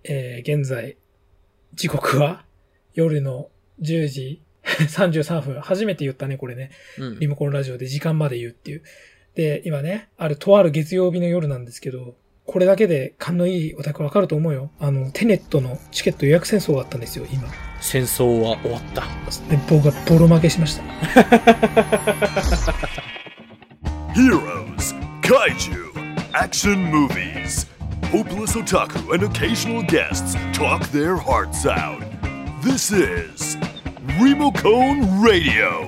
現在、時刻は夜の10時33分。初めて言ったね、これね。リモコンラジオで時間まで言うっていう。で、今ね、とある月曜日の夜なんですけど、これだけで勘のいいオタクわかると思うよ。テネットのチケット予約戦争があったんですよ、今。 戦争は終わった。 で、僕がボロ負けしました。 Heroes, Kaiju, Action Movies. Hopeless otaku and occasional guests talk their hearts out. This is Remocone Radio.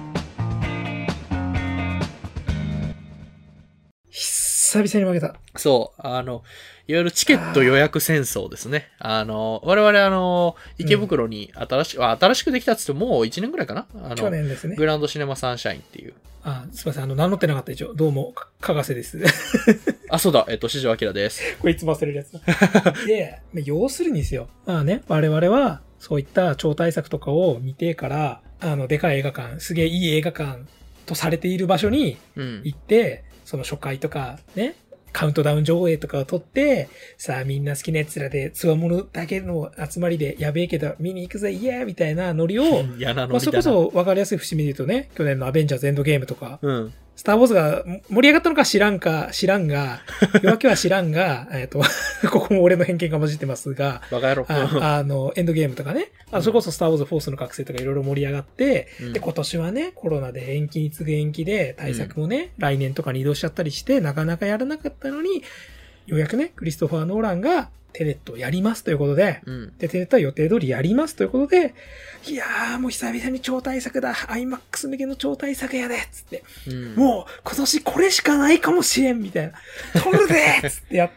久々に負けた。 そう。いわゆるチケット予約戦争ですね。我々池袋に新しくできたっつってもう1年ぐらいかな去年ですね。 グランドシネマサンシャインっていう。 すいません。名乗ってなかったでしょ。どうも、かがせです。 そうだ。四条明です。 これいつも忘れるやつだ。で、要するにですよ。まあね、我々は、そういった超大作とかを見てから、でかい映画館、すげえいい映画館とされている場所に行って、その初回とかね、カウントダウン上映とかを撮って、さあみんな好きな奴らで、つわものだけの集まりでやべえけど見に行くぜ、イエーみたいなノリを、それこそ分かりやすい節目で言うとね、去年のアベンジャーズエンドゲームとか、スターウォーズが盛り上がったのか知らんが、夜明けは知らんが、ここも俺の偏見が混じってますが、 バカ野郎。 エンドゲームとかね、それこそスターウォーズフォースの覚醒とかいろいろ盛り上がって、で、今年はね、コロナで延期に次ぐ延期で、対策もね、来年とかに移動しちゃったりして、なかなかやらなかったのに、ようやくね、クリストファー・ノーランがテネットをやりますということで、で、テネットは予定通りやりますということで、いやーもう久々に超大作だ、IMAX 向けの超大作やでつって、もう今年これしかないかもしれんみたいな、撮るでつってやって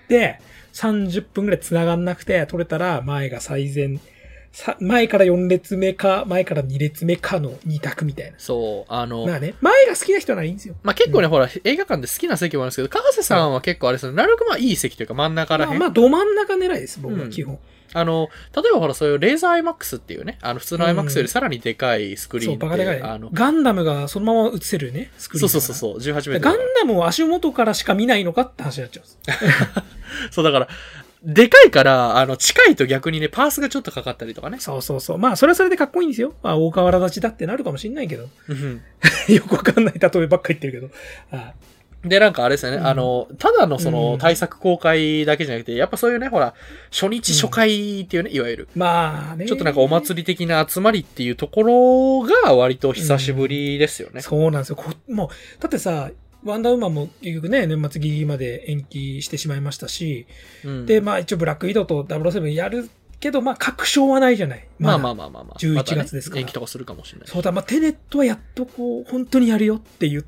、30分くらい繋がんなくて、撮れたら前が最善、前から4列目か、前から2列目かの2択みたいな。 そう、 まあね、前が好きな人ならいいんですよ。 まあ結構ね、ほら、映画館で好きな席もあるんですけど、かがせさんは結構あれですね、なるべくまあいい席というか真ん中らへん。 まあ、ど真ん中狙いです、僕は基本。 例えばほら、そういうレーザー IMAX っていうね、普通の IMAX よりさらにでかいスクリーンで。 そう、バカでかい。ガンダムがそのまま映せるね、スクリーン。 そう、18メートル。 ガンダムを足元からしか見ないのかって話になっちゃうんです。 そう、だから、でかいから、近いと逆にね、パースがちょっとかかったりとかね。 そう。まあ、それはそれでかっこいいんですよ。まあ、大河原立ちだってなるかもしんないけど。よくわかんない例えばっか言ってるけど。 で、なんかあれですよね、ただのその対策公開だけじゃなくて、やっぱそういうね、ほら、初日初回っていうね、いわゆる。 まあね。 ちょっとなんかお祭り的な集まりっていうところが割と久しぶりですよね。 そうなんですよ。もう、だってさ、ワンダーウーマンも結局ね、年末ギリギリまで延期してしまいましたし、で、まあ一応ブラックウィドウと007やるけど、まあ確証はないじゃない。 まあ。 11月ですから。 延期とかするかもしれない。 そうだ、まあテネットはやっとこう、本当にやるよって言った、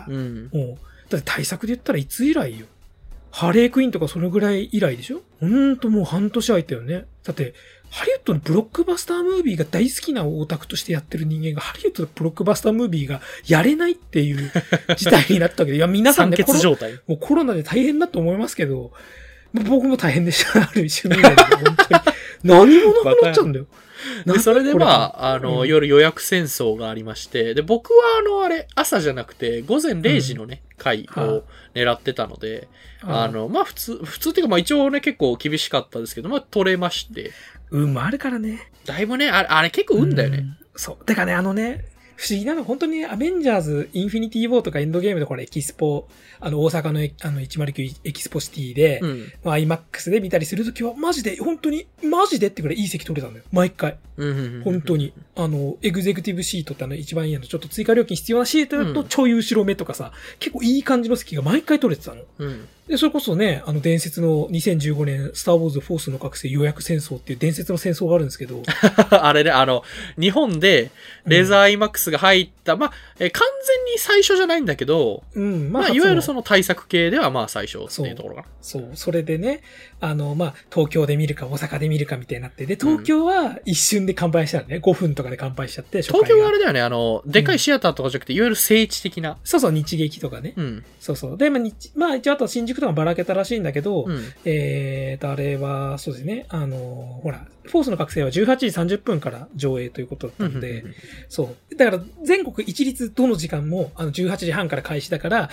もう、だって対策で言ったらいつ以来よ。ハレークイーンとかそのぐらい以来でしょ？もう半年空いたよね。だって、ハリウッドのブロックバスタームービーが大好きなオタクとしてやってる人間がハリウッドのブロックバスタームービーがやれないっていう事態になったわけで、いや、皆さんね、もうコロナで大変だと思いますけど、僕も大変でした。ある一緒に。本当に。何もなくなっちゃうんだよ。 で、それでまあ、夜予約戦争がありまして、で、僕は朝じゃなくて、午前0時のね、回を狙ってたので、まあ、普通っていうか、まあ一応ね、結構厳しかったですけど、まあ、取れまして。 運もあるからね。 だいぶね、あれ結構運だよね。 そう。てかね、不思議なの、本当にアベンジャーズ、インフィニティ・ウォーとかエンドゲームでこれエキスポ、大阪の109エキスポシティで、IMAX で見たりするときは、マジでってくらいいい席取れたんだよ。毎回。本当に。エグゼクティブシートって一番いいちょっと追加料金必要なシートだとちょい後ろ目とかさ、結構いい感じの席が毎回取れてたの。で、それこそね、伝説の2015年、スターウォーズフォースの覚醒予約戦争っていう伝説の戦争があるんですけど。 あれね、日本で、レーザー IMAX が入った、まあ、完全に最初じゃないんだけど、まあ、いわゆるその対策系ではまあ最初っていうところかな。 そう。それでね、まあ、東京で見るか大阪で見るかみたいになって、で、東京は一瞬で完売したのね。5分とかで完売しちゃって、 東京はあれだよね、でかいシアターとかじゃなくて、いわゆる聖地的な。 そう、日劇とかね。そう。で、まあ、一応あと新宿とかばらけたらしいんだけど、あれは、そうですね、ほら、フォースの覚醒は18時30分から上映ということだったので、そう。だから、全国一律どの時間も、18時半から開始だから、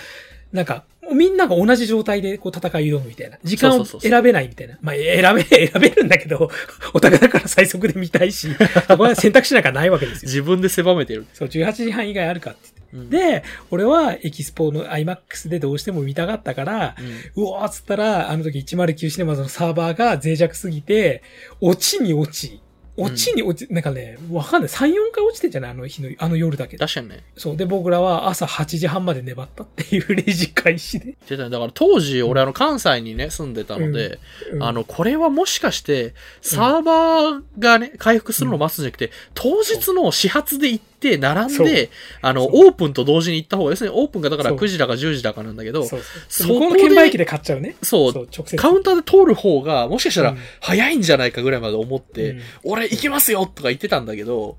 なんか、みんなが同じ状態でこう戦い挑むみたいな。時間を選べないみたいな。まあ、選べるんだけど、お互いだから最速で見たいし、そこは選択肢なんかないわけですよ。 自分で狭めてる。 そう、18時半以外あるかって言って。で、俺はエキスポの IMAX でどうしても見たかったから、うわーっつったら、あの時109シネマズのサーバーが脆弱すぎて、落ちに落ち、なんかね、わかんない。3、4回落ちてんじゃないあの夜だけで。 確かにね。 そう。で、僕らは朝8時半まで粘ったっていうレジ開始で。 だから当時、俺関西にね、住んでたので、これはもしかして、サーバーがね、回復するのを待つんじゃなくて、当日の始発で行って、並んで、オープンと同時に行った方が、要するにオープンがだから9時だか10時だかなんだけど、 向こうの券売機で買っちゃうね。 そう。カウンターで通る方が、もしかしたら早いんじゃないかぐらいまで思って、俺行きますよとか言ってたんだけど、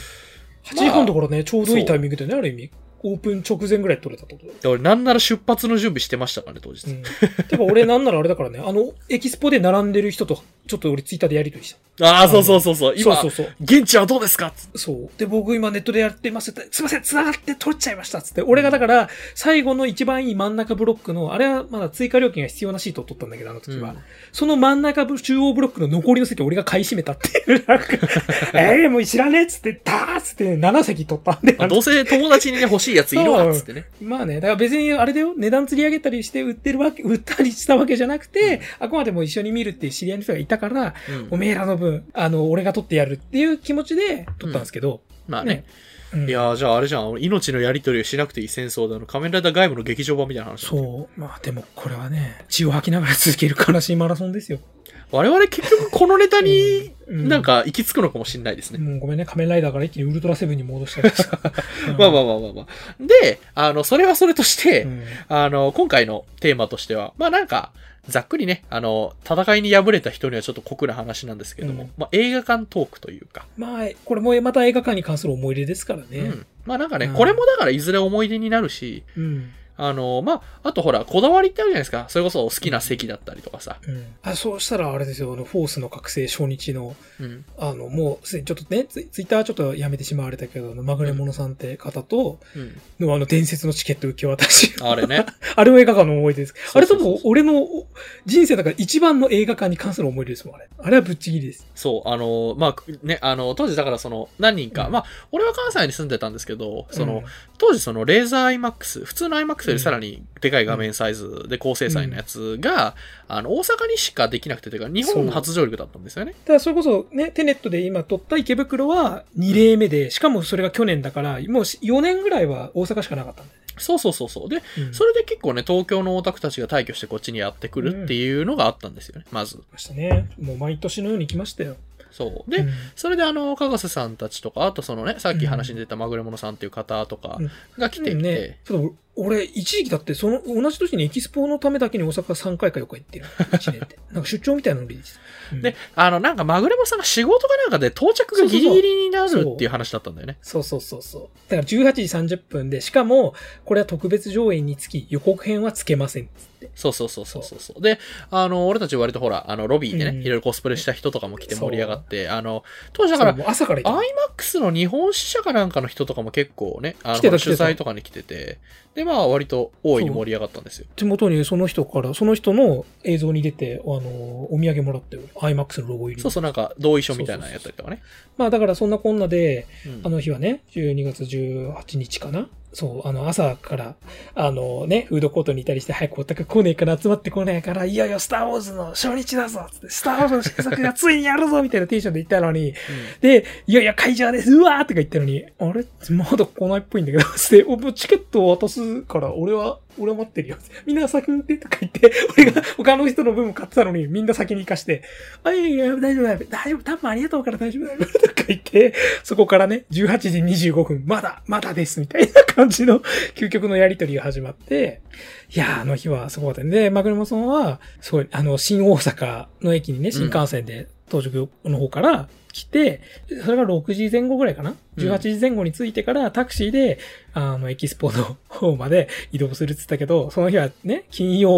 8時半だからね、ちょうどいいタイミングでね、ある意味。オープン直前ぐらい取れたってことだ。 俺なんなら出発の準備してましたからね、当日。 てか俺なんならあれだからね、エキスポで並んでる人と、ちょっと俺ツイッターでやりとりした。 ああ、そう。今、現地はどうですかそう。で、僕今ネットでやってますって、すいません、繋がって取っちゃいましたつって。俺がだから、最後の一番いい真ん中ブロックの、あれはまだ追加料金が必要なシートを取ったんだけど、あの時は。その真ん中中央ブロックの残りの席を俺が買い占めたっていう。なんかもう知らねえっつって、つって7席取ったんで。 どうせ友達にね、欲しいやついるわ、つってね。 まあね、だから別にあれだよ、値段釣り上げたりして売ったりしたわけじゃなくて、あくまでも一緒に見るっていう知り合いの人がいたから、おめえらの分、俺が取ってやるっていう気持ちで取ったんですけど。 まあね。いやじゃああれじゃん、命のやり取りをしなくていい戦争だ仮面ライダー外部の劇場版みたいな話。 そう。まあでもこれはね、血を吐きながら続ける悲しいマラソンですよ。 我々結局このネタになんか行き着くのかもしれないですね。 もうごめんね、仮面ライダーから一気にウルトラセブンに戻したけどさ。 まあ。で、それはそれとして、今回のテーマとしては、まあなんか、ざっくりね、戦いに敗れた人にはちょっと酷な話なんですけども、まあ映画館トークというか。 まあ、これもまた映画館に関する思い出ですからね。 まあなんかね、これもだからいずれ思い出になるし、まあ、あとほら、こだわりってあるじゃないですか。それこそ好きな席だったりとかさ。そうしたらあれですよ、フォースの覚醒初日の、もうすでにちょっとね、ツイッターはちょっとやめてしまわれたけど、まぐれものさんって方と、の伝説のチケット受け渡し。 あれね。 あれも映画館の思い出です。あれとも俺の人生だから一番の映画館に関する思い出ですもん、あれ。あれはぶっちぎりです。 そう、まあ、ね、当時だから何人か、まあ、俺は関西に住んでたんですけど、当時レーザー IMAX、普通の IMAXよりさらにでかい画面サイズで高精細のやつが、大阪にしかできなくて、というか、日本初上陸だったんですよね。 ただそれこそね、テネットで今撮った池袋は2例目で、しかもそれが去年だから、もう4年ぐらいは大阪しかなかったんだよね。 そう。で、それで結構ね、東京のオタクたちが退去してこっちにやってくるっていうのがあったんですよね、まず。 ましたね。もう毎年のように来ましたよ。 そう。で、それでかがせさんたちとか、あとさっき話に出たまぐれものさんっていう方とかが来ていて。 俺、一時期だって、同じ年にエキスポのためだけに大阪3回か4回行ってる。1年って。なんか出張みたいなのでいいです。 で、なんかまぐれもさんが仕事かなんかで到着がギリギリになるっていう話だったんだよね。 そう。だから18時30分で、しかも、これは特別上映につき予告編はつけませんっつって。 そう。で、俺たち割とほら、ロビーでね、いろいろコスプレした人とかも来て盛り上がって、当時だから、 朝から IMAX の日本支社かなんかの人とかも結構ね、取材とかに来てて、で、まあ割と大いに盛り上がったんですよ。 手元にその人の映像に出て、お土産もらってる。IMAX のロゴ入り。 そう、なんか同意書みたいなのやったりとかね。 まあだからそんなこんなで、あの日はね、12月18日かな。そう、朝から、フードコートにいたりして、早くお宅来ねえから集まってこねえから、いよいよスターウォーズの初日だぞつって、スターウォーズの新作がついにやるぞみたいなテンションで言ったのに、で、いやいや会場ですうわーとか言ったのに、あれまだ来ないっぽいんだけど、つって、チケットを渡すから、俺は待ってるよ。みんな先に行ってとか言って、俺が他の人の分も買ってたのに、みんな先に行かして、いや、大丈夫、多分ありがとうから大丈夫とか言って、そこからね、18時25分、まだです、みたいな感じの究極のやりとりが始まって、いや、あの日はすごかったんで、マグネモさんは、すごい、新大阪の駅にね、新幹線で、東京の方から来て、それが6時前後ぐらいかな、18時前後に着いてからタクシーで、エキスポの方まで移動するって言ったけど、その日はね、金曜の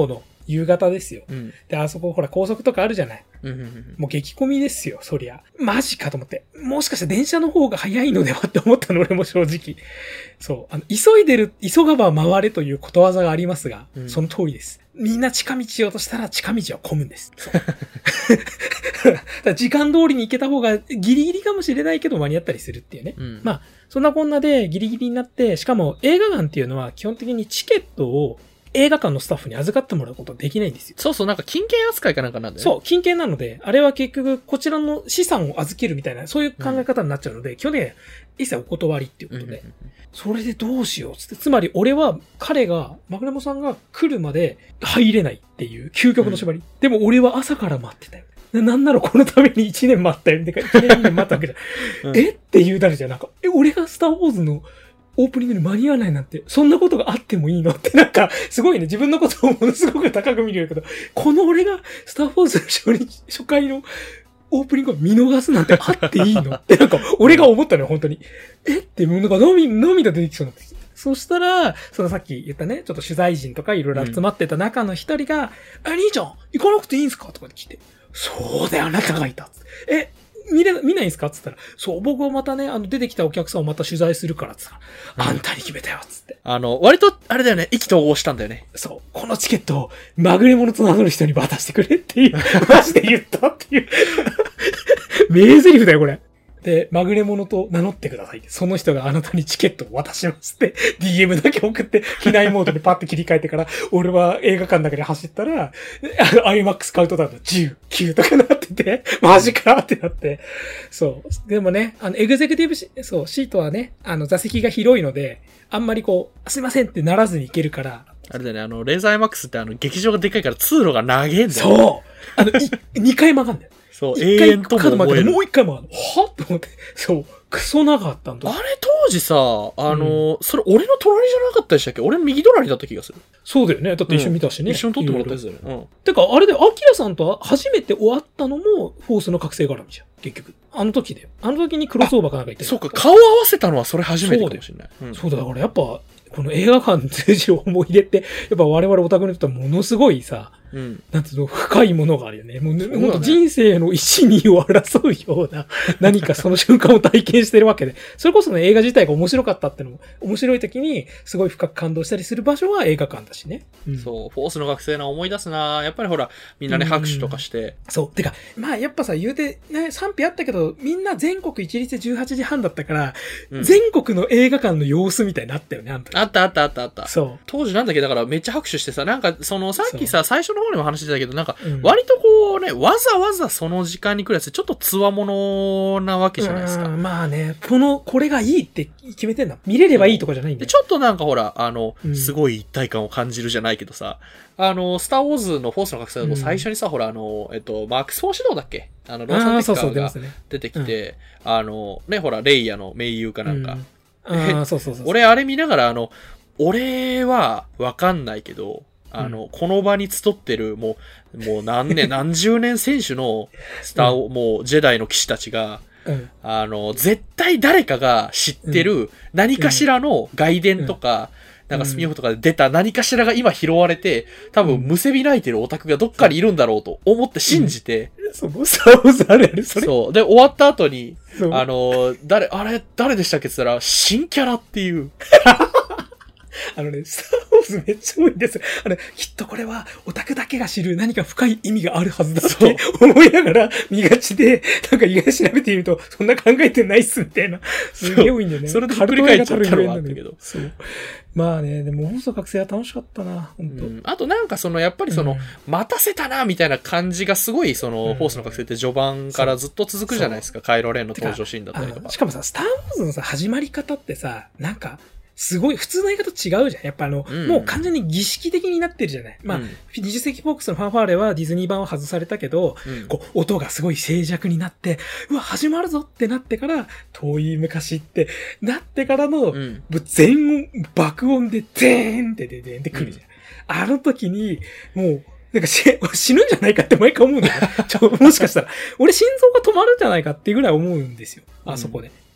夕方ですよ。 うん。 で、あそこほら高速とかあるじゃない。 うん。 もう激混みですよ、そりゃ。マジかと思って。もしかして電車の方が早いのではって思ったの、俺も正直。そう。急がば回れということわざがありますが、その通りです。みんな近道ようとしたら近道は混むんです。だから時間通りに行けた方がギリギリかもしれないけど間に合ったりするっていうね。まあ、そんなこんなでギリギリになって、しかも映画館っていうのは基本的にチケットを映画館のスタッフに預かってもらうことはできないんですよ。 そうそう、なんか金券扱いかなんかなんだよね。 そう、金券なので、あれは結局こちらの資産を預けるみたいな、そういう考え方になっちゃうので、去年一切お断りっていうことで、それでどうしようつって、つまり俺は彼が、マグナモさんが来るまで入れないっていう究極の縛り。でも俺は朝から待ってたよ。なんならこのために1年待ったよ。1年2年待ったわけじゃん。っていうなるじゃん。なんか、俺がスターウォーズのオープニングに間に合わないなんて、そんなことがあってもいいのってなんか、すごいね、自分のことをものすごく高く見るけど、この俺がスターウォーズの初回のオープニングを見逃すなんてあっていいのってなんか、俺が思ったのよ、本当に。ってもうなんか涙出てきそうになってきて。そしたら、そのさっき言ったね、ちょっと取材陣とかいろいろ集まってた中の一人が、兄ちゃん、行かなくていいんすかとかって聞いて、そうだよ、あなたがいた。見ないんすかつったら、そう、僕はまたね、出てきたお客さんをまた取材するから、つったら、あんたに決めたよ、つって。 割と、あれだよね、意気投合したんだよね。 そう、このチケットを、まぐれ者と名乗る人に渡してくれっていう、マジで言ったっていう。名台詞だよ、これ。で、まぐれ者と名乗ってくださいって。その人があなたにチケットを渡しますって、DM だけ送って、機内モードでパッて切り替えてから、俺は映画館の中で走ったら、IMAX カウントダウンの10、9とかなってて、マジかってなって。そう。でもね、エグゼクティブシートはね、座席が広いので、あんまりこう、すいませんってならずに行けるから。 あれだよね、レーザー IMAX って劇場がでかいから通路が長えんだよね。 そう。2回曲がんだよ。 そう、永遠とも思える。 もう一回もある。はと思って。そう。クソ長かったんだ。 あれ当時さ、それ俺の隣じゃなかったでしたっけ？俺右隣だった気がする。 そうだよね。だって一緒に見たしね。 一緒に撮ってもらったやつだよね。 てか、あれで、アキラさんと初めて終わったのも、フォースの覚醒絡みじゃん。結局。あの時だよ。あの時にクロスオーバーかなんか言ってそうか、顔合わせたのはそれ初めてかもしれない。 そうだ、だからやっぱ、この映画館通じる思い出って、やっぱ我々オタクにとってはものすごいさ、なんていうの、深いものがあるよね。もう、ほんと人生の1、2を争うような、何かその瞬間を体験してるわけで。それこそね、映画自体が面白かったってのも、面白い時に、すごい深く感動したりする場所は映画館だしね。 そう、フォースの学生な思い出すな。やっぱりほら、みんなね、拍手とかして。 そう。てか、まあやっぱさ、言うて、ね、賛否あったけど、みんな全国一律18時半だったから、全国の映画館の様子みたいになったよね、あの時。 あった。 そう。 当時なんだっけ、だからめっちゃ拍手してさ、なんか、さっきさ、最初の方にも話してたけど、なんか、割とこうね、わざわざその時間に来るやつ、ちょっと強者なわけじゃないですか。 まあね、これがいいって決めてんだ。見れればいいとかじゃないんだよ。 ちょっとなんかほら、すごい一体感を感じるじゃないけどさ、スターウォーズのフォースの覚醒だと最初にさ、ほら、マークス・フォー指導だっけローサン・テッカーが出てきて、ね、ほら、レイヤの盟友かなんか。 そう。 俺、あれ見ながら、俺はわかんないけど、この場に集ってる、もう何十年選手のもう、ジェダイの騎士たちが、絶対誰かが知ってる何かしらの外伝とか、なんかスピンオフとかで出た何かしらが今拾われて、多分むせび泣いてるオタクがどっかにいるんだろうと思って信じて、 そう、スターウォーズあるある、それ。 そう。で、終わった後に、誰でしたっけって言ったら、新キャラっていう。 スターウォーズめっちゃ多いんです。きっとこれはオタクだけが知る何か深い意味があるはずだって思いながら見がちで、なんか意外に調べてみると、そんな考えてないっすみたいな。すげえ多いんだよね。 それでひっくり返っちゃったのがあったけど。 そう。まあね、でも、放送覚醒は楽しかったな、本当。 あとなんかやっぱり待たせたな、みたいな感じがすごい、フォースの覚醒って序盤からずっと続くじゃないですか。カイロレンの登場シーンだったりとか。 しかもさ、スターウォーズのさ、始まり方ってさ、なんか、すごい、普通の映画と違うじゃん。やっぱもう完全に儀式的になってるじゃない。まあ、20世紀フォックスのファンファーレはディズニー版を外されたけど、こう、音がすごい静寂になって、うわ、始まるぞってなってから、遠い昔ってなってからの、全音、爆音で、でーんってでーんってくるじゃん。あの時に、もう、なんか死ぬんじゃないかって毎回思うんだよ。もしかしたら。俺心臓が止まるんじゃないかっていうぐらい思うんですよ。あそこで。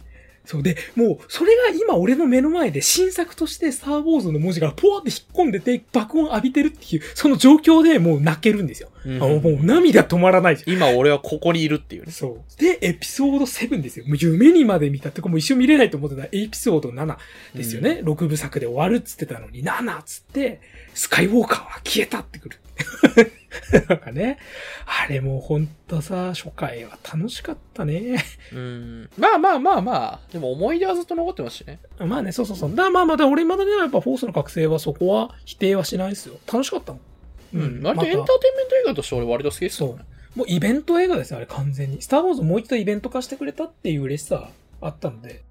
そうで、もう、それが今俺の目の前で新作としてスターウォーズの文字がポワって引っ込んでて爆音浴びてるっていう、その状況でもう泣けるんですよ。もう涙止まらないじゃん。 今俺はここにいるっていうね。 そう。で、エピソード7ですよ。もう夢にまで見たってかもう一生見れないと思ってたエピソード7ですよね。6部作で終わるっつってたのに、7っつって、スカイウォーカーは消えたってくる。なんかね、あれもうほんとさ、初回は楽しかったね。 まあ。でも思い出はずっと残ってますしね。 まあね、そう。俺まだね、やっぱフォースの覚醒はそこは否定はしないですよ。楽しかったもん。 割とエンターテインメント映画として俺割と好きですよね。 そう。もうイベント映画ですよ、あれ完全に。スターウォーズもう一度イベント化してくれたっていう嬉しさあったので。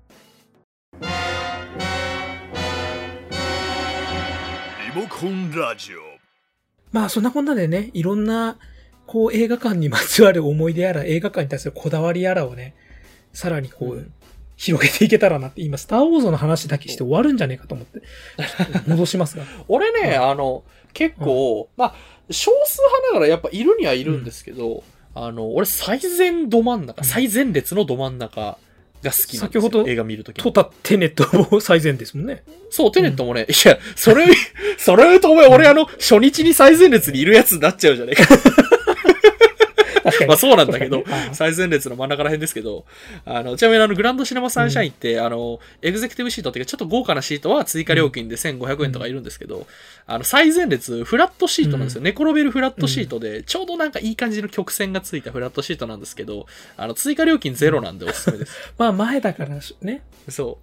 リモコンラジオ。 まあそんなこんなでね、いろんなこう映画館にまつわる思い出やら映画館に対するこだわりやらをね、さらにこう、広げていけたらなって、今スターウォーズの話だけして終わるんじゃねえかと思って、戻しますが。 俺ね、結構、まあ、少数派ながらやっぱいるにはいるんですけど、俺最前ど真ん中、最前列のど真ん中が好きなんですよ。 先ほど映画見るとき。 撮ったテネットも最前ですもんね。 そう、テネットもね、いや、それ言うとお前、俺初日に最前列にいるやつになっちゃうじゃねえか。まあそうなんだけど、最前列の真ん中ら辺ですけど、ちなみにグランドシネマサンシャインって、エグゼクティブシートっていうか、ちょっと豪華なシートは追加料金で1500円とかいるんですけど、最前列、フラットシートなんですよ。寝転べるフラットシートで、ちょうどなんかいい感じの曲線がついたフラットシートなんですけど、追加料金ゼロなんでおすすめです。 まあ前だからね。 そう。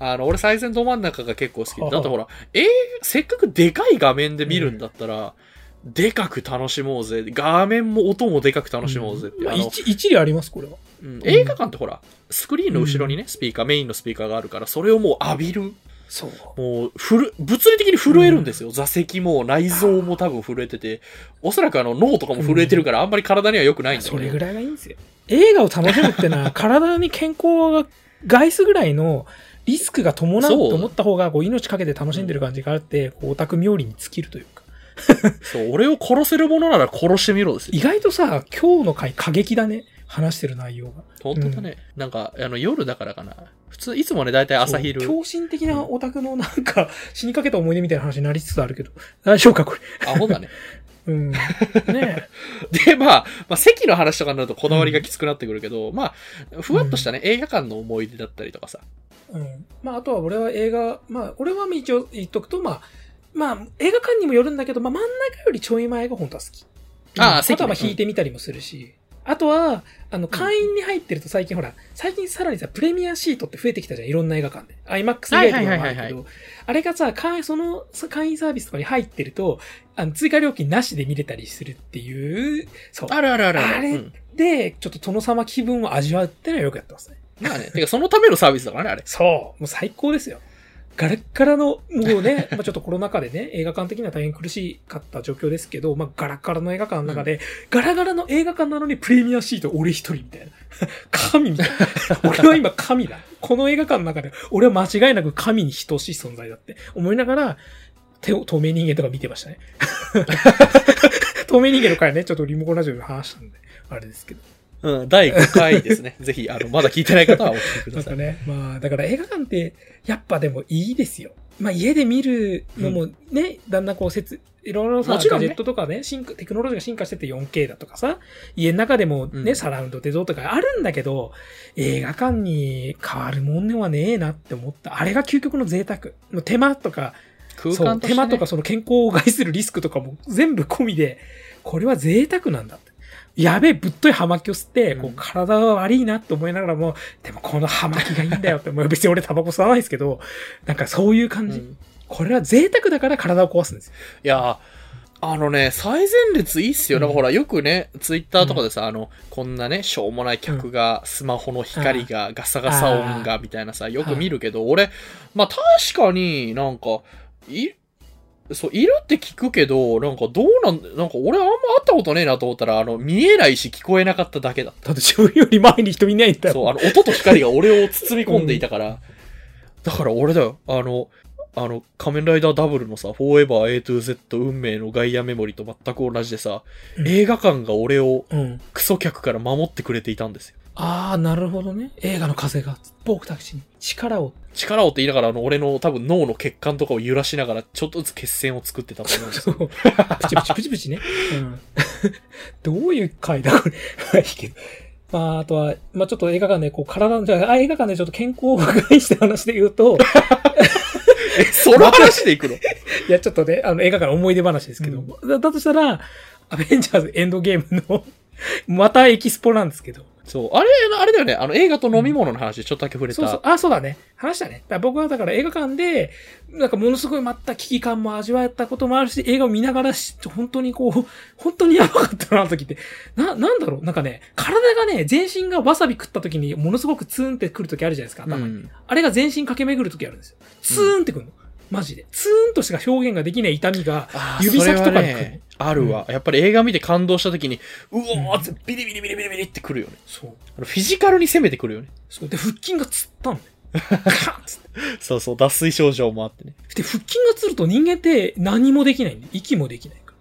俺最前ど真ん中が結構好きで、だってほら、せっかくでかい画面で見るんだったら、でかく楽しもうぜ。画面も音もでかく楽しもうぜって。 一理あります、これは。 映画館ってほら、スクリーンの後ろにね、スピーカー、メインのスピーカーがあるから、それをもう浴びる。 そう。 もう、物理的に震えるんですよ。座席も内臓も多分震えてて、おそらく脳とかも震えてるから、あんまり体には良くないんだけど。 それぐらいがいいんですよ。映画を楽しむってのは、体に健康が害すぐらいのリスクが伴うと思った方が、こう命かけて楽しんでる感じがあって、オタク冥利に尽きるというか。 そう、俺を殺せるものなら殺してみろですよ。 意外とさ、今日の回過激だね。話してる内容が。 本当だね。なんか、夜だからかな。普通、いつもね、だいたい朝昼。 狂信的なオタクのなんか、死にかけた思い出みたいな話になりつつあるけど。大丈夫か、これ。 アホだね。 ねで、まあ、席の話とかになるとこだわりがきつくなってくるけど、まあ、ふわっとしたね、映画館の思い出だったりとかさ。 まあ、あとは俺は映画、まあ、俺は一応言っとくと、まあ、映画館にもよるんだけど、まあ、真ん中よりちょい前が本当は好き。あとはまあ、引いてみたりもするし。あとは、会員に入ってると最近さらにさ、プレミアシートって増えてきたじゃん、いろんな映画館で。IMAX 以外とかもあるけど、あれがさ、その会員サービスとかに入ってると、追加料金なしで見れたりするっていう、そう。 ある。 あれで、ちょっと殿様気分を味わうってのはよくやってますね。 まあね、てかそのためのサービスだからね、あれ。 そう。もう最高ですよ。ガラッガラの、もうね、まあちょっとコロナ禍でね、映画館的には大変苦しかった状況ですけど、まあガラッガラの映画館の中で、ガラガラの映画館なのにプレミアシート俺一人みたいな。神みたいな。俺は今神だ。この映画館の中で、俺は間違いなく神に等しい存在だって思いながら、透明人間とか見てましたね。透明人間の回ね、ちょっとリモコンラジオで話したんで、あれですけど。 第5回ですね。ぜひ、まだ聞いてない方はお聞きください。 なんかね、まあ、だから映画館って、やっぱでもいいですよ。まあ、家で見るのもね、だんだんこういろいろさ、ガジェットとかね、テクノロジーが進化してて 4K だとかさ、家の中でもね、サラウンドでどうとかあるんだけど、映画館に変わるものはねえなって思った。あれが究極の贅沢。の手間とか、 空間としてね、 手間とかその健康を害するリスクとかも全部込みで、これは贅沢なんだって。やべえ、ぶっとい葉巻を吸って、こう、体は悪いなって思いながらも、でもこの葉巻がいいんだよって、もう別に俺タバコ吸わないですけど、なんかそういう感じ。これは贅沢だから体を壊すんですよ。 いや、最前列いいっすよ。だからほら、よくね、ツイッターとかでさ、こんなね、しょうもない客が、スマホの光が、ガサガサ音が、みたいなさ、よく見るけど、俺、まあ確かになんか、いるって聞くけど、なんかなんか俺あんま会ったことねえなと思ったら、見えないし聞こえなかっただけだった。 だって自分より前に人いないんだよ。 そう、音と光が俺を包み込んでいたから。だから俺だよ、仮面ライダーダブルのさ、フォーエバー A to Z 運命のガイアメモリと全く同じでさ、映画館が俺をクソ客から守ってくれていたんですよ。 ああ、なるほどね。映画の風が、僕たちに力をって言いながら、俺の多分脳の血管とかを揺らしながら、ちょっとずつ血栓を作ってたと思うんですよ。 プチプチプチプチね。うん。どういう回だ、これ。はいいけど。まあ、あとは、まあちょっと映画館で、こう、映画館でちょっと健康を害した話で言うと、 その話でいくの？ いや、ちょっとね、映画館の思い出話ですけど、だとしたら、アベンジャーズエンドゲームの、またエキスポなんですけど。 そう。あれだよね。映画と飲み物の話ちょっとだけ触れた。 そう。あ、そうだね。話したね。だから僕はだから映画館で、なんかものすごいまた危機感も味わったこともあるし、映画を見ながら本当にこう、本当にやばかったな、あの時って。なんだろう。なんかね、体がね、全身がわさび食った時にものすごくツーンってくる時あるじゃないですか。頭に。うん、あれが全身駆け巡る時あるんですよ。ツーンってくるの。マジで。ツーンとしか表現ができない痛みが、指先とかに来る、ね。 あるわ、やっぱり映画見て感動した時に、うおー、ビリビリビリビリビリってくるよね。 そう。 フィジカルに攻めてくるよね。 そう。で、腹筋がつったんだよ。カーッつって。 そうそう、脱水症状もあってね。 で、腹筋がつると人間って何もできないんで、息もできないから。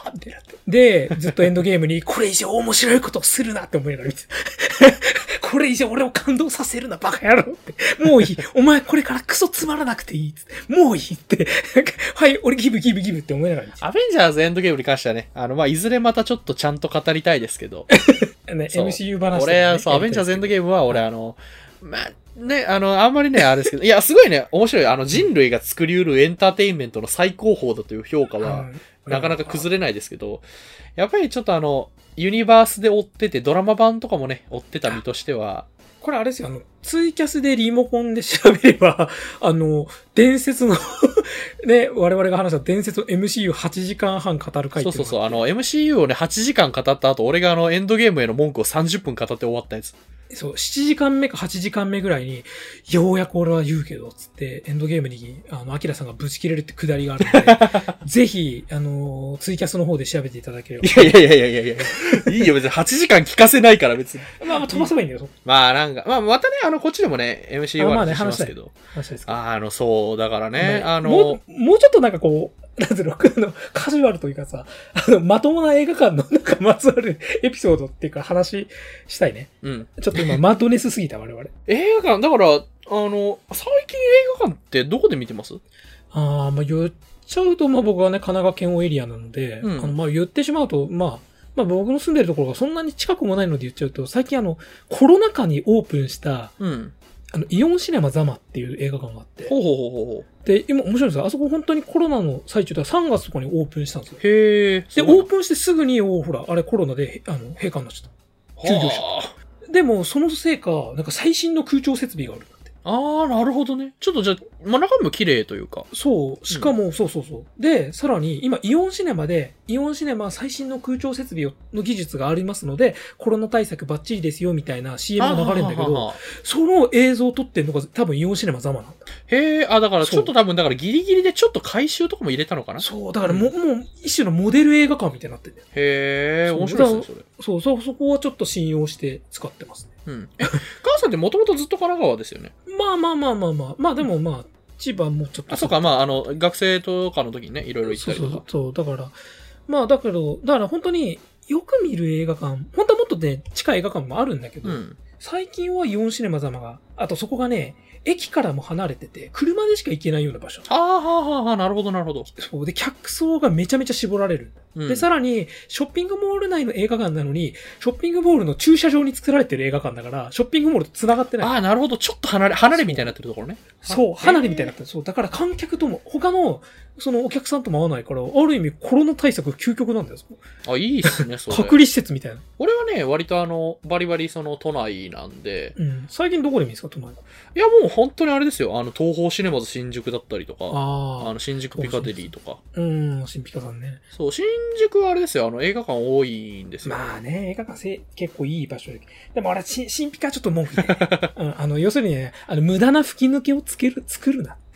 はぁってなって。で、ずっとエンドゲームに、これ以上面白いことをするなって思いながら見てこれ以上俺を感動させるな、バカ野郎って。もういい。お前これからクソつまらなくていいっつって。もういいって。はい、俺ギブって思いながら見て。 アベンジャーズエンドゲームに関してはね、まあ、いずれまたちょっとちゃんと語りたいですけど。 ね、MCU 話、ね。 俺、そう、アベンジャーズエンドゲームは俺まあ、ね、あんまりね、あれですけど、いや、すごいね、面白い。人類が作り得るエンターテインメントの最高峰だという評価は、なかなか崩れないですけど、やっぱりちょっとユニバースで追ってて、ドラマ版とかもね、追ってた身としては、 これあれですよ、ツイキャスでリモコンで調べれば、伝説のね、我々が話した伝説の MCU8 時間半語る回っていうのが。 そう、MCU をね、8時間語った後、俺がエンドゲームへの文句を30分語って終わったやつ。 そう、7時間目か8時間目ぐらいに、ようやく俺は言うけど、つって、エンドゲームに、アキラさんがぶち切れるってくだりがあるので、ぜひ、ツイキャスの方で調べていただければ。 いや、いいよ、別に8時間聞かせないから、別に。 まあ、飛ばせばいいんだよ。 まあ、なんか、まあ、またね、こっちでもね、MC は話しますけど。 話ですけど。 そう、だからね、 もうちょっとなんかこう、なんていうの、カジュアルというかさ、まともな映画館のなんかまつわるエピソードっていうか話したいね。 うん。 ちょっと今、マッドネスすぎた、我々。 映画館、だから、最近映画館ってどこで見てます？ まあ、言っちゃうと、まあ僕はね、神奈川県央エリアなので、まあ言ってしまうと、まあ僕の住んでるところがそんなに近くもないので言っちゃうと、最近コロナ禍にオープンした、イオンシネマザマっていう映画館があって。 ほう。 で、今面白いんですよ。あそこ本当にコロナの最中では3月とかにオープンしたんですよ。 へー。 で、オープンしてすぐに、ほら、あれコロナで、閉館になっちゃった。休業しちゃった。でも、そのせいか、なんか最新の空調設備がある。 なるほどね。ちょっとじゃあ、まあ、中身も綺麗というか。 そう。しかも、そう。で、さらに、今、イオンシネマ最新の空調設備の技術がありますので、コロナ対策バッチリですよ、みたいな CM が流れるんだけど、その映像を撮ってるのが多分イオンシネマザマなんだ。 へー、だからちょっと多分、ギリギリでちょっと回収とかも入れたのかな？ そう、だからもう一種のモデル映画館みたいになってるんだよ。 へー、面白いですね、 それ。そこはちょっと信用して使ってますね。 母さんってもともとずっと神奈川ですよね。 まあでも千葉もちょっと。 そうか、学生とかの時にね、いろいろ行ったりとか。 そう、だから、だから本当によく見る映画館、本当はもっとね、近い映画館もあるんだけど、最近はイオンシネマザマが、あとそこがね、駅からも離れてて、車でしか行けないような場所。 なるほど。 そう。で、客層がめちゃめちゃ絞られる。で、さらに、ショッピングモール内の映画館なのに、ショッピングモールの駐車場に作られてる映画館だから、ショッピングモールと繋がってない。 なるほど。ちょっと離れみたいになってるところね。 そう、離れみたいになってる。そう。だから観客とも、他の、お客さんとも会わないから、ある意味コロナ対策究極なんだよ。 いいっすね、それ。 隔離施設みたいな。 俺はね、割とバリバリ都内なんで。 最近どこで見ますか、都内？ いや、もう本当にあれですよ。東宝シネマズ新宿だったりとか、新宿ピカデリーとか。 新ピカさんね。 そう、新宿はあれですよ。映画館多いんですよ。 まあね、映画館結構いい場所で。でもあれ、新ピカちょっと文句言って。要するにね、無駄な吹き抜けを作るな。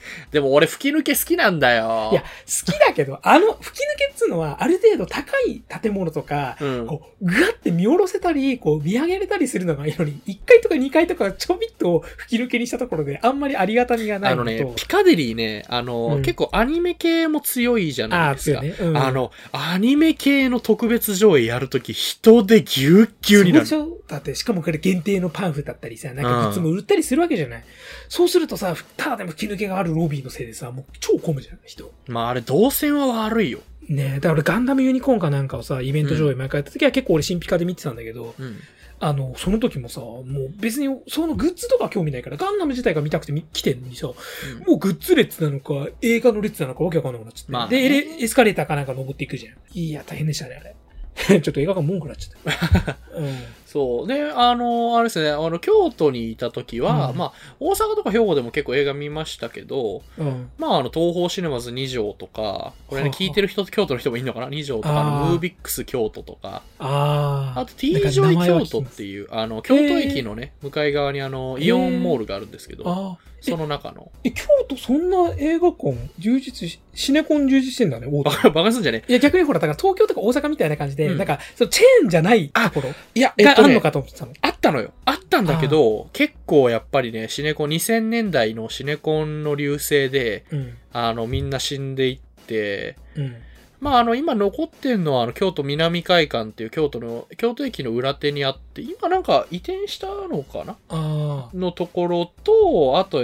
でも俺吹き抜け好きなんだよ。 いや、好きだけど、吹き抜けっつうのは、ある程度高い建物とか、こう、ぐわって見下ろせたり、こう、見上げれたりするのがいいのに、1階とか2階とかちょびっと吹き抜けにしたところで、あんまりありがたみがないのと。 ピカデリーね、結構アニメ系も強いじゃないですか。 強いね。 アニメ系の特別上映やるとき、人でぎゅっぎゅうになる。 そうでしょ？だって、しかもこれ限定のパンフだったりさ、なんかグッズも売ったりするわけじゃない。そうするとさ、ただでも吹き抜けがあるロビーのせいでさ、もう超混むじゃん、人。 まああれ、動線は悪いよ。 ねえ、だから俺ガンダムユニコーンかなんかをさ、イベント上映毎回やった時は結構俺新ピカで見てたんだけど、その時もさ、もう別にそのグッズとか興味ないから、ガンダム自体が見たくて来てんのにさ、もうグッズ列なのか、映画の列なのかわけわかんなくなっちゃって。まあね、で、エスカレーターかなんか登っていくじゃん。いや、大変でしたね、あれ。ちょっと映画館文句なっちゃった。 そう。で、あれですね、京都にいた時は、まあ、大阪とか兵庫でも結構映画見ましたけど、まあ、東宝シネマズ2条とか、これね、聞いてる人、京都の人もいるのかな ?2 条とか、ムービックス京都とか、あと T ジョイ京都っていう、京都駅のね、向かい側にイオンモールがあるんですけど、その中の。 京都そんな映画館シネコン充実してんだね、 バカすんじゃねいや、逆にほら、だから東京とか大阪みたいな感じで、なんか、チェーンじゃないところいや、 があんのかと思ってたの。 あったのよ。あったんだけど、結構やっぱりね、シネコン、2000年代のシネコンの流星で、みんな死んでいって、まあ今残ってんのは京都南会館っていう京都駅の裏手にあって、今なんか移転したのかなのところと、あと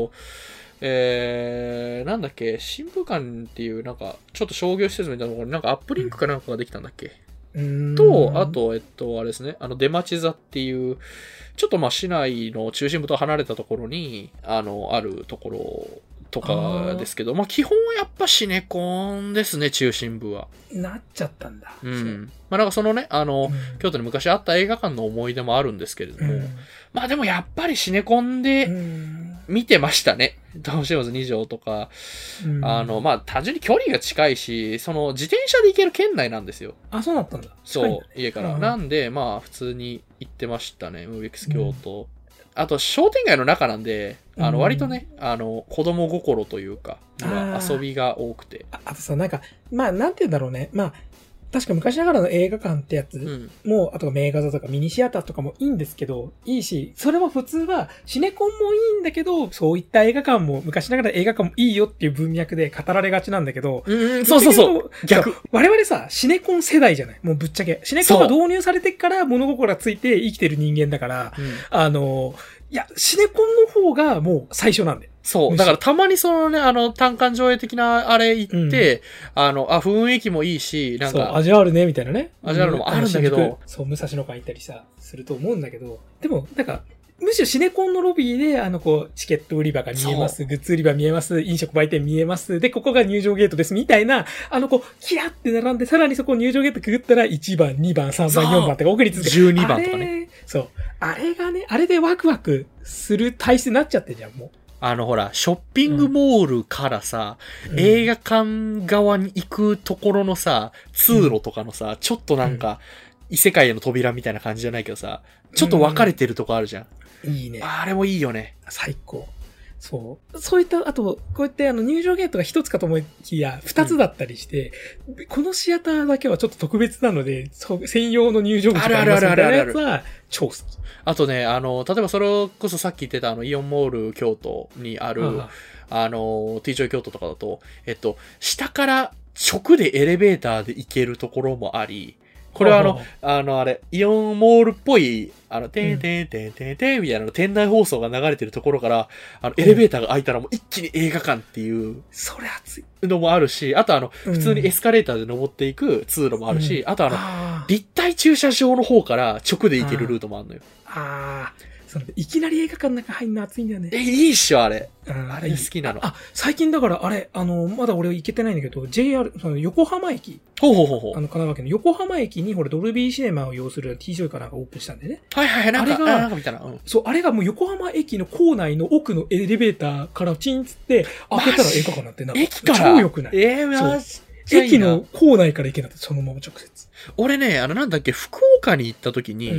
なんだっけ、新武館っていうなんか、ちょっと商業施設みたいなところになんかアップリンクかなんかができたんだっけと、あと、あれですね、出町座っていう、ちょっとまあ市内の中心部と離れたところに、あるところとかですけど、まあ基本はやっぱシネコンですね、中心部は。 なっちゃったんだ。 まあなんかそのね、京都に昔あった映画館の思い出もあるんですけれども、まあでもやっぱりシネコンで見てましたね。東宝シネマズ2条とか、まあ単純に距離が近いし、自転車で行ける県内なんですよ。 あ、そうだったんだ。 そう、家から。なんで、まあ普通に行ってましたね、ムービックス京都。あと、商店街の中なんで、割とね、子供心というか、遊びが多くて。 あとさ、なんか、まあ、なんて言うんだろうね。まあ、確か昔ながらの映画館ってやつも、あと名画座とかミニシアターとかもいいんですけど、いいし、それも普通はシネコンもいいんだけど、そういった映画館も、昔ながら映画館もいいよっていう文脈で語られがちなんだけど、 そう。逆。 我々さ、シネコン世代じゃないもうぶっちゃけ。シネコンが導入されてから物心がついて生きてる人間だから、いや、シネコンの方がもう最初なんで。 そう。だからたまに単館上映的なあれ行って、雰囲気もいいし、なんか。 そう、味あるね、みたいなね。 味あるのもあるんだけど。 そう、武蔵野館行ったりさ、すると思うんだけど、でも、なんか、むしろシネコンのロビーで、チケット売り場が見えます、グッズ売り場見えます、飲食売店見えます、で、ここが入場ゲートです、みたいな、キラって並んで、さらにそこ入場ゲートくぐったら、1番、2番、3番、4番とか送り続けて。12番とかね。 そう。あれがね、あれでワクワクする体質になっちゃってんじゃん、もう。 ほら、ショッピングモールからさ、映画館側に行くところのさ、通路とかのさ、ちょっとなんか、異世界への扉みたいな感じじゃないけどさ、ちょっと分かれてるとこあるじゃん。 いいね。 あれもいいよね。 最高。そう。そういった、あと、こうやって入場ゲートが一つかと思いきや、二つだったりして、このシアターだけはちょっと特別なので、専用の入場口がありますみたいなやつは、超好き。 あとね、例えばそれこそさっき言ってたイオンモール京都にある、T ジョイ京都とかだと、下から直でエレベーターで行けるところもあり、これはあれ、イオンモールっぽい、てんてんてんてんてんみたいな店内放送が流れてるところから、エレベーターが開いたらもう一気に映画館っていう、 それ熱いのもあるし、あと普通にエスカレーターで登っていく通路もあるし、あと立体駐車場の方から直で行けるルートもあるのよ。 いきなり映画館の中入んの熱いんだよね。 いいっしょ、あれ。あれ好きなの。 最近だからあれ、まだ俺行けてないんだけど、JR、横浜駅。 神奈川県の横浜駅に、ドルビーシネマを要する T ジョイかなんかオープンしたんでね。 なんか見たな。 そう、あれがもう横浜駅の構内の奥のエレベーターからチンつって、開けたら映画館になってな。 駅から超良くない？ マジ駅の構内から行けなかった、そのまま直接。 俺ね、なんだっけ、福岡に行った時に、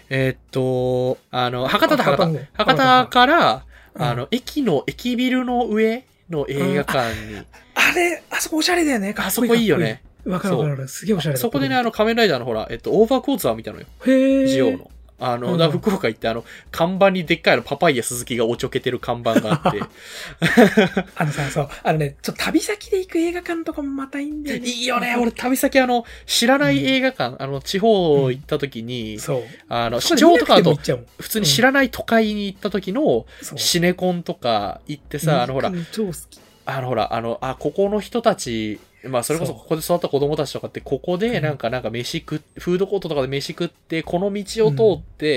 博多から、駅の駅ビルの上の映画館に。 あそこおしゃれだよね。 あそこいいよね。 わかるわかる。すげえおしゃれだ。 そこでね、仮面ライダーのほら、オーバーコーツァー見たのよ。 へぇー。 ジオの。だ福岡行って看板にでっかいパパイヤ鈴木がおちょけてる看板があって。 そう、ちょっと旅先で行く映画館とかもまたいいんだよね。 いいよね。俺旅先知らない映画館、地方行った時に、 そう。 地方とかだと、普通に知らない都会に行った時の、シネコンとか行ってさ、ほら、 超好き。 ここの人たち、まあ、それこそここで育った子供たちとかって、ここでなんかフードコートとかで飯食って、この道を通って、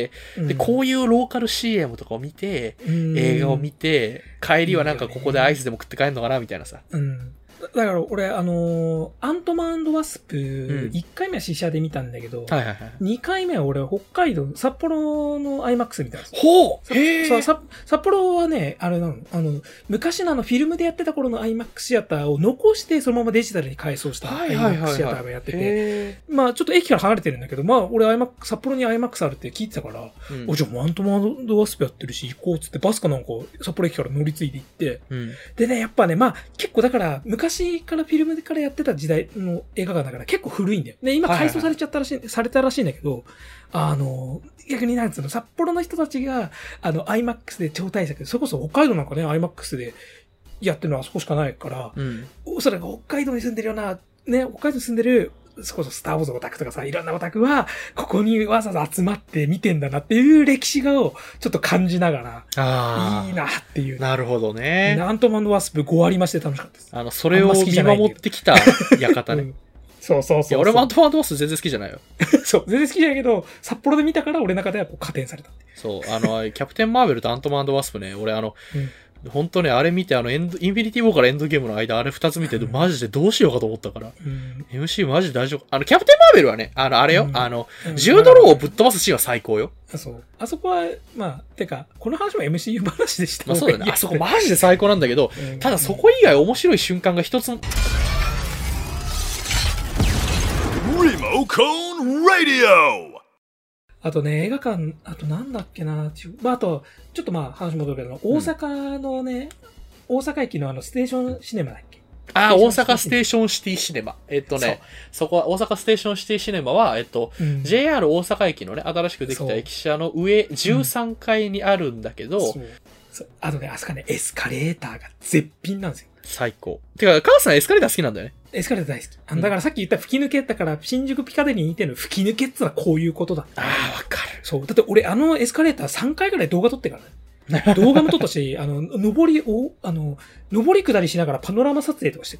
で、こういうローカル CM とかを見て、映画を見て、帰りはなんかここでアイスでも食って帰るのかなみたいなさ。 だから俺、アントマン&ワスプ、1回目は試写で見たんだけど、2回目は俺、北海道、札幌の IMAX 見たんですよ。 ほうへそう、札幌はね、昔のフィルムでやってた頃の IMAX シアターを残して、そのままデジタルに改装した IMAX シアターがやってて、まあちょっと駅から離れてるんだけど、まあ俺札幌に IMAX あるって聞いてたから、じゃあもうアントマン&ワスプやってるし、行こうっつってバスかなんか札幌駅から乗り継いで行って、でね、やっぱね、まあ結構だから、昔からフィルムからやってた時代の映画館だから結構古いんだよ。で、今改装されちゃったらしい、されたらしいんだけど、逆になんつうの、札幌の人たちが、IMAX で超大作で、それこそ北海道なんかね、IMAX でやってるのはあそこしかないから、おそらく北海道に住んでるような、ね、北海道に住んでる、そこそスターウォーズオタクとかさ、いろんなオタクは、ここにわざわざ集まって見てんだなっていう歴史をちょっと感じながら、いいなっていう。 なるほどね。 アントマン&ワスプ5割増しで楽しかったです。 それを見守ってきた館ね。 そう。いや、 俺もアントマン&ワスプ全然好きじゃないよ。 そう、全然好きじゃないけど、札幌で見たから俺の中では加点された。 そう、キャプテンマーベルとアントマン&ワスプね、俺本当ね、あれ見て、インフィニティウォーからエンドゲームの間、あれ2つ見て、マジでどうしようかと思ったから。MC マジで大丈夫。キャプテンマーベルはね、あれよ、10ドルをぶっ飛ばすシーンは最高よ。 そう。あそこは、まあ、てか、この話も MCU 話でした。 まあそうだね。あそこマジで最高なんだけど、ただそこ以外面白い瞬間が一つも。 Remo Cone Radio! あとね、映画館、あとなんだっけな、まあ、あと、ちょっとまあ話戻るけど、大阪のね、大阪駅のステーションシネマだっけ？ 大阪ステーションシティシネマ。そこは、大阪ステーションシティシネマは、JR 大阪駅のね、新しくできた駅舎の上、13階にあるんだけど、 あとね、あそこね、エスカレーターが絶品なんですよ。 最高。てか、カーさんエスカレーター好きなんだよね。 エスカレーター大好き。だからさっき言った吹き抜けだから、新宿ピカデリーにいての吹き抜けってのはこういうことだ。 わかる。 そう。だって俺、エスカレーター3回ぐらい動画撮ってからね。動画も撮ったし、上り下りしながらパノラマ撮影とかしてから。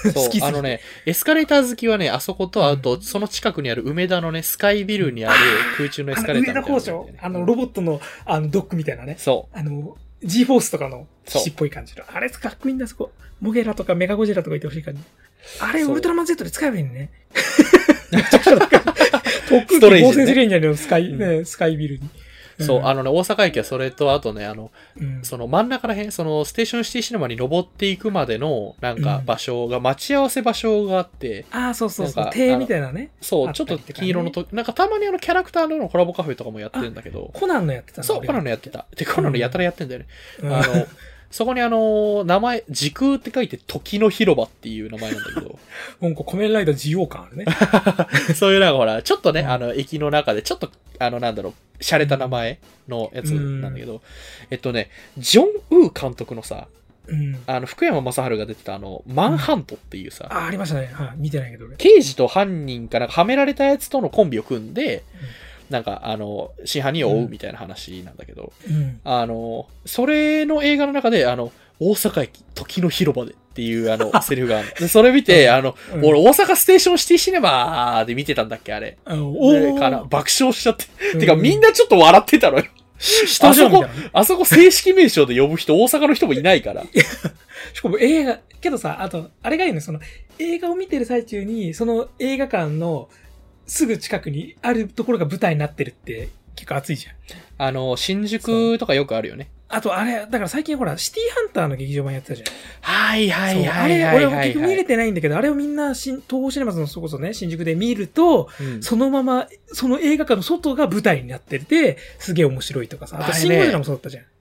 そう、エスカレーター好きはね、あそこと、あと、その近くにある梅田のね、スカイビルにある空中のエスカレーターみたいな、ね。 上田工場ロボットの、ドックみたいなね。 そう。 G フォースとかの騎士っぽい感じの。あれかっこいいんだ、そこ。モゲラとかメガゴジラとか言ってほしい感じ。あれ、ウルトラマン Z で使えばいいね。めちゃくちゃ高い。特急合成するんじゃねのスカイビルに。 そう、大阪駅はそれと、あとね、その真ん中ら辺、そのステーションシティシネマに登っていくまでの、なんか場所が、待ち合わせ場所があって、 そう。手みたいなね。 そう、ちょっと黄色のなんかたまにキャラクターのコラボカフェとかもやってるんだけど。 コナンのやってたの？ そう、コナンのやってた。で、コナンのやたらやってんだよね。そこに名前、時空って書いて時の広場っていう名前なんだけど。 なんか仮面ライダー需要感あるね。 そういうなんかほら、ちょっとね、駅の中でちょっと、洒落た名前のやつなんだけど、ジョン・ウー監督のさ、福山雅治が出てたマンハントっていうさ、 ありましたね。見てないけど俺。 刑事と犯人かなんかはめられたやつとのコンビを組んで、なんか、真犯人を追うみたいな話なんだけど、それの映画の中で、大阪駅、時の広場でっていうセリフがある。で、それ見て、俺、大阪ステーションシティシネマで見てたんだっけ、あれ。爆笑しちゃって。てか、みんなちょっと笑ってたのよ。あそこ正式名称で呼ぶ人、大阪の人もいないから。 しかも映画、けどさ、あと、あれがいいの、映画を見てる最中に、その映画館の、すぐ近くにあるところが舞台になってるって結構熱いじゃん。 新宿とかよくあるよね。 あとあれ、だから最近ほら、シティハンターの劇場版やってたじゃん。 はい。 あれ、俺も結局見れてないんだけど、あれをみんな東宝シネマズのそこそね、新宿で見ると、そのまま、その映画館の外が舞台になってて、すげえ面白いとかさ。あと、シン・ゴジラもそうだったじゃん。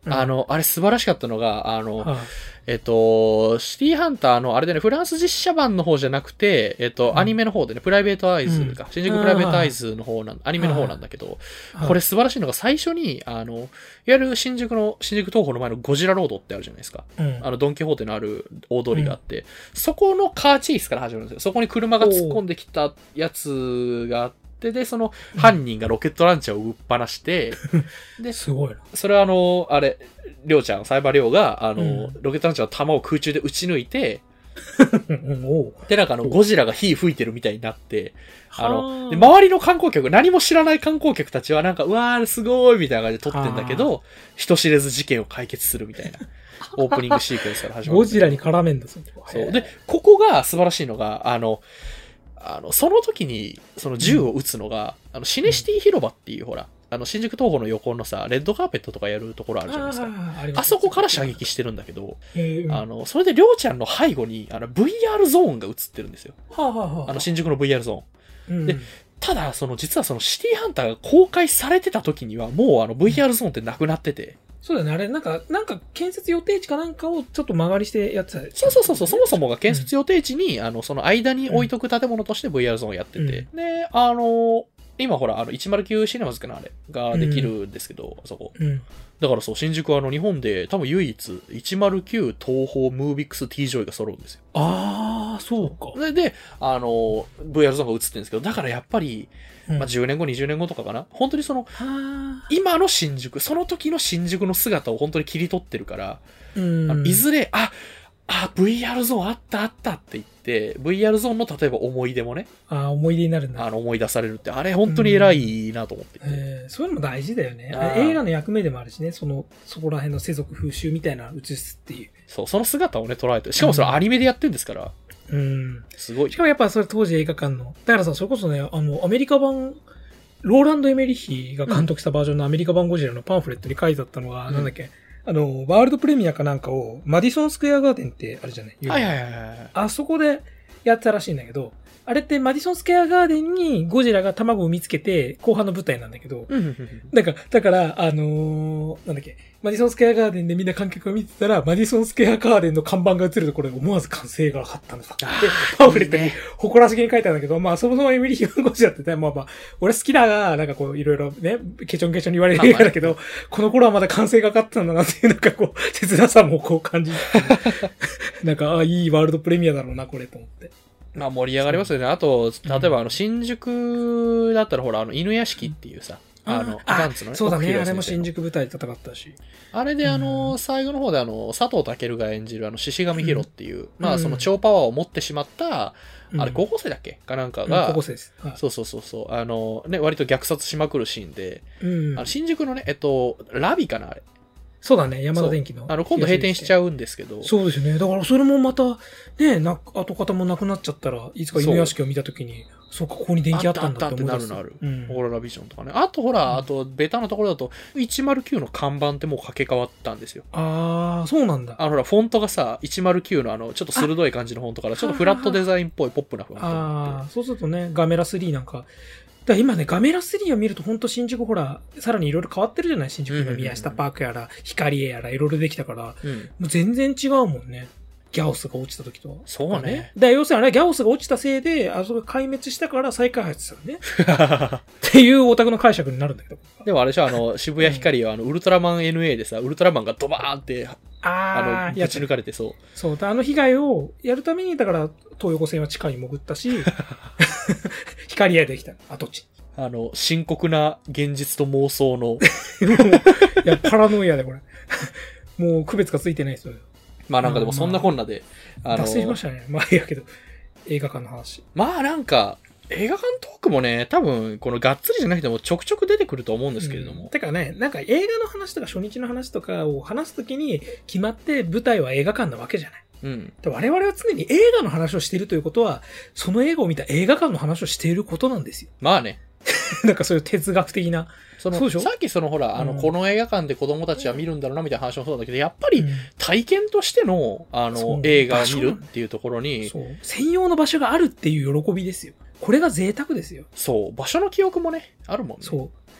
あれ素晴らしかったのが、 はいシティハンターの、あれでね、フランス実写版の方じゃなくて、アニメの方でね、プライベートアイズか、新宿プライベートアイズの方アニメの方なんだけど、これ素晴らしいのが最初に、いわゆる新宿東宝の前のゴジラロードってあるじゃないですか。ドンキホーテのある大通りがあって、そこのカーチェイスから始まるんですよ。そこに車が突っ込んできたやつがあって、で、その犯人がロケットランチャーを撃っ放して、で、 すごいな。 それはあれ、りょうちゃん、サイバーりょうが、ロケットランチャーの弾を空中で撃ち抜いて、で、なんかゴジラが火吹いてるみたいになって、で周りの観光客、何も知らない観光客たちはなんか、うわー、すごいみたいな感じで撮ってんだけど、人知れず事件を解決するみたいな、オープニングシークエンスから始まる。 ゴジラに絡めんだ、そう。で、ここが素晴らしいのが、その時に、その銃を撃つのが、シネシティ広場っていう、ほら、新宿東宝の横のさ、レッドカーペットとかやるところあるじゃないですか。あそこから射撃してるんだけど、それでりょうちゃんの背後に、VR ゾーンが映ってるんですよ。新宿の VR ゾーン。で、ただ、実はシティハンターが公開されてた時には、もうVR ゾーンってなくなってて。 そうだね。あれ、なんか建設予定地かなんかをちょっと間借りしてやってた。 そう。そもそもが建設予定地に、その間に置いとく建物として VR ゾーンをやってて。で、今ほら、109シネマズかなあれができるんですけど、そこ。だからそう、新宿は日本で多分唯一、109東宝ムービックス T ジョイが揃うんですよ。 ああ、そうか。 で、VR ゾーンが映ってるんですけど、だからやっぱり、10年後、20年後とかかな本当に今の新宿、その時の新宿の姿を本当に切り取ってるから、いずれ、VR ゾーンあったって言って、VR ゾーンの例えば思い出もね。 思い出になるんだ。 思い出されるって、あれ本当に偉いなと思ってて。 そういうのも大事だよね。映画の役目でもあるしね、そこら辺の世俗風習みたいなのを映すっていう。 そう、その姿をね、捉えて。しかもそれアニメでやってるんですから。すごい。 しかもやっぱそれ当時映画館の。だからさ、それこそね、アメリカ版、ローランド・エメリヒが監督したバージョンのアメリカ版ゴジラのパンフレットに書いてあったのが、なんだっけ、ワールドプレミアかなんかを、マディソンスクエアガーデンってあるじゃない？あそこでやったらしいんだけど、あれってマディソンスクエアガーデンにゴジラが卵を産みつけて後半の舞台なんだけど、だから、なんだっけ、マディソンスクエアガーデンでみんな観客が見てたら、マディソンスクエアガーデンの看板が映るところで思わず歓声が上がったんだって、パンフレットに誇らしげに書いてあるんだけど、まあそもそもエミリー・ゴジラってね、まあ、俺好きだが、なんかこういろいろね、ケチョンケチョンに言われる映画だけど、この頃はまだ歓声が上がったんだなっていう、なんかこう、切なさもこう感じて、なんか、いいワールドプレミアだろうな、これと思って。 まあ盛り上がりますよね。あと、例えば新宿だったらほら、犬屋敷っていうさ、ガンツのね。 そうだね。あれも新宿舞台で戦ったし。 あれで最後の方で佐藤健が演じる獅子神ヒロっていう、まあその超パワーを持ってしまった、あれ高校生だっけかなんかが、 高校生です。 そう。ね、割と虐殺しまくるシーンで、新宿のね、ラビかなあれ。 そうだね、山田電機の。 今度閉店しちゃうんですけど。 そうですね。だからそれもまた、ね、跡形もなくなっちゃったら、いつか犬屋敷を見たときに、そうか、ここに電気あったんだって思い出す。 なる。オーロラビジョンとかね。あとほら、あと、ベタなところだと、109の看板ってもう掛け替わったんですよ。 そうなんだ。 ほら、フォントがさ、109のちょっと鋭い感じのフォントから、ちょっとフラットデザインっぽいポップなフォント。 そうするとね、ガメラ3なんか、だ今ね、ガメラ3を見ると本当新宿ほら、さらにいろいろ変わってるじゃない新宿の宮下パークやら、光栄やら、いろいろできたから、もう全然違うもんね。ギャオスが落ちた時とは。 そうね。 要するにギャオスが落ちたせいで、あそこが壊滅したから再開発したのね。っていうオタクの解釈になるんだけど。 でもあれでしょ、渋谷光はウルトラマン NA でさ、ウルトラマンがドバーンって、ぶち抜かれてそう。 そう。被害をやるために、だから、東横線は地下に潜ったし、光栄できた、跡地。 深刻な現実と妄想の。 いや、パラノイアでこれ。もう区別がついてないですよ。 まあなんかでもそんなこんなで。 脱線しましたね。まあいいやけど、映画館の話。 まあなんか、映画館トークもね、多分、このがっつりじゃなくてもちょくちょく出てくると思うんですけれども。 てかね、なんか映画の話とか初日の話とかを話すときに決まって舞台は映画館なわけじゃない。で我々は常に映画の話をしているということは、その映画を見た映画館の話をしていることなんですよ。 まあね。 なんかそういう哲学的な。 そうでしょ？さっきほら、この映画館で子供たちは見るんだろうなみたいな話もそうだけど、やっぱり体験としての、映画を見るっていうところに、 専用の場所があるっていう喜びですよ。これが贅沢ですよ。 そう。場所の記憶もね、あるもんね。 そう。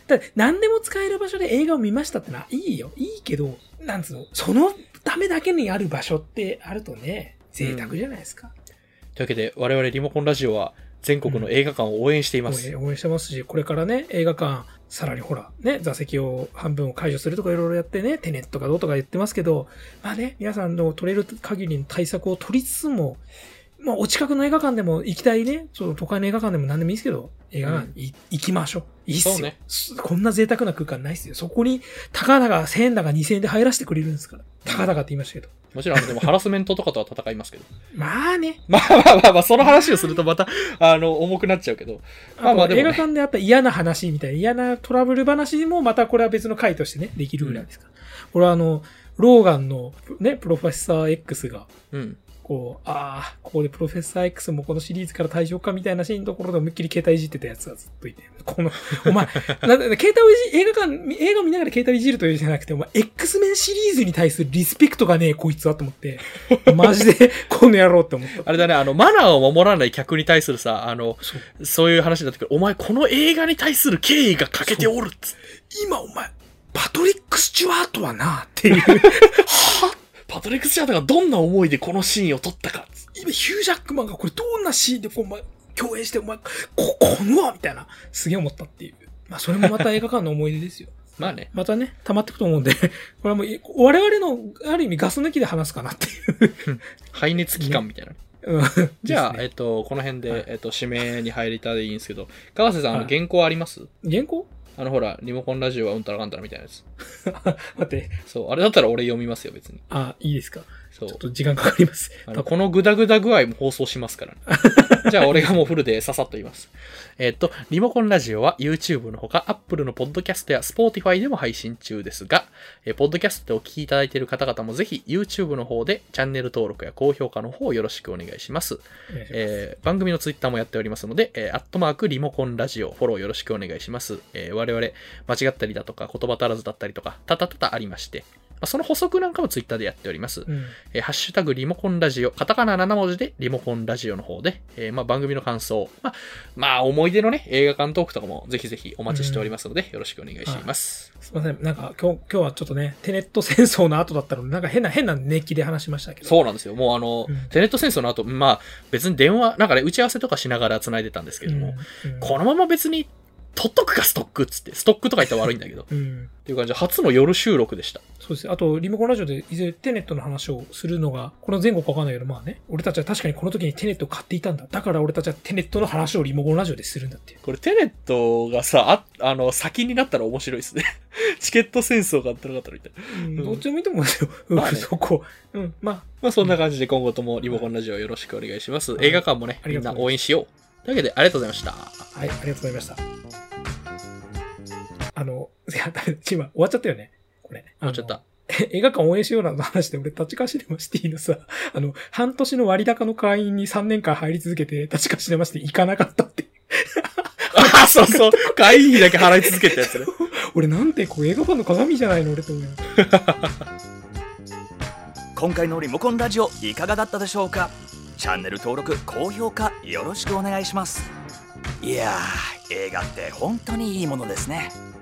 だ何でも使える場所で映画を見ましたってのはいいよ。いいけど、なんつうの、そのためだけにある場所ってあるとね、贅沢じゃないですか。 というわけで、我々リモコンラジオは全国の映画館を応援しています。 応援してますし、これからね、映画館、さらにほら、ね、座席を半分を解除するとかいろいろやってね、テネットかどうとか言ってますけど、まあね、皆さんの取れる限りの対策を取りつつも、まあ、お近くの映画館でも行きたいね、その都会の映画館でも何でもいいですけど、映画館に行きましょう。いいっすよ。ね、こんな贅沢な空間ないっすよ。そこに、たかだか1000円だか2000円で入らせてくれるんですから。たかだかって言いましたけど。 もちろん、でもハラスメントとかとは戦いますけど。 まあね。 まあ、その話をするとまた、重くなっちゃうけど。 まあでも、ね、映画館でやっぱ嫌な話みたいな、嫌なトラブル話もまたこれは別の回としてね、できるぐらいですから。これはローガンのね、プロフェッサー X が、ここでプロフェッサー X もこのシリーズから退場かみたいなシーンのところで思いっきり携帯いじってたやつがずっといて。お前、携帯を映画見ながら携帯いじるというじゃなくて、お前、X メンシリーズに対するリスペクトがねえ、こいつはと思って、マジで、この野郎って思った。 あれだね、マナーを守らない客に対するさ、そういう話になってくる。お前、この映画に対する敬意が欠けておるっつ。 今、お前、パトリック・スチュワートはな、っていう。 はパトリック・スチュワートがどんな思いでこのシーンを撮ったか。 今、ヒュージャックマンがこれどんなシーンで共演して、お前、このみたいな、すげえ思ったっていう。まあ、それもまた映画館の思い出ですよ。 まあね。 またね、溜まってくと思うんで、これはもう、我々の、ある意味ガス抜きで話すかなっていう。 排熱期間みたいなね。じゃあ、ね、この辺で、はい、締めに入りたいんですけど、川瀬さん、原稿あります？ 原稿？ ほら、リモコンラジオはうんたらかんたらみたいなやつ。 待って。 そう、あれだったら俺読みますよ、別に。 いいですか。 そう。 ちょっと時間かかります。 このグダグダ具合も放送しますからね。じゃあ俺がもうフルでささっと言います。リモコンラジオは YouTube のほか Apple のポッドキャストや Spotify でも配信中ですが、ポッドキャストでお聞きいただいている方々もぜひ YouTube の方でチャンネル登録や高評価の方をよろしくお願いします。番組の Twitter もやっておりますので、リモコンラジオフォローよろしくお願いします。我々間違ったりだとか言葉足らずだったりとか多々ありまして、その補足なんかもツイッターでやっております。ハッシュタグリモコンラジオ、カタカナ7文字でリモコンラジオの方で、番組の感想、思い出のね、映画館トークとかもぜひぜひお待ちしておりますので、よろしくお願いします。 すいません。なんか今日はちょっとね、テネット戦争の後だったので、なんか変な熱気で話しましたけど。 そうなんですよ。もうテネット戦争の後、別に電話、なんかね、打ち合わせとかしながら繋いでたんですけども、このまま別に、取っとくかストックっつって、ストックとか言ったら悪いんだけど。っていう感じで、初の夜収録でした。 そうです。あと、リモコンラジオでいずれテネットの話をするのが、この前後かわかんないけど、まあね、俺たちは確かにこの時にテネットを買っていたんだ。だから俺たちはテネットの話をリモコンラジオでするんだっていう。 これテネットがさ、先になったら面白いですね。チケット戦争があったらよかったらみたいな。 どっちでもいいと思うんですよ。そこ。 そんな感じで今後ともリモコンラジオよろしくお願いします。映画館もね、みんな応援しよう。というわけで、ありがとうございました。 はい、ありがとうございました。今、終わっちゃったよね。これ。 終わっちゃった。 映画館応援しようなの話で、俺、立川シネマシティのさ、半年の割高の会員に3年間入り続けて、立川シネマシティ行かなかったって。 そう。会員費だけ払い続けたやつね。 俺なんて、映画ファンの鏡じゃないの俺と思う。 今回のリモコンラジオ、いかがだったでしょうか？チャンネル登録、高評価、よろしくお願いします。いやー、映画って本当にいいものですね。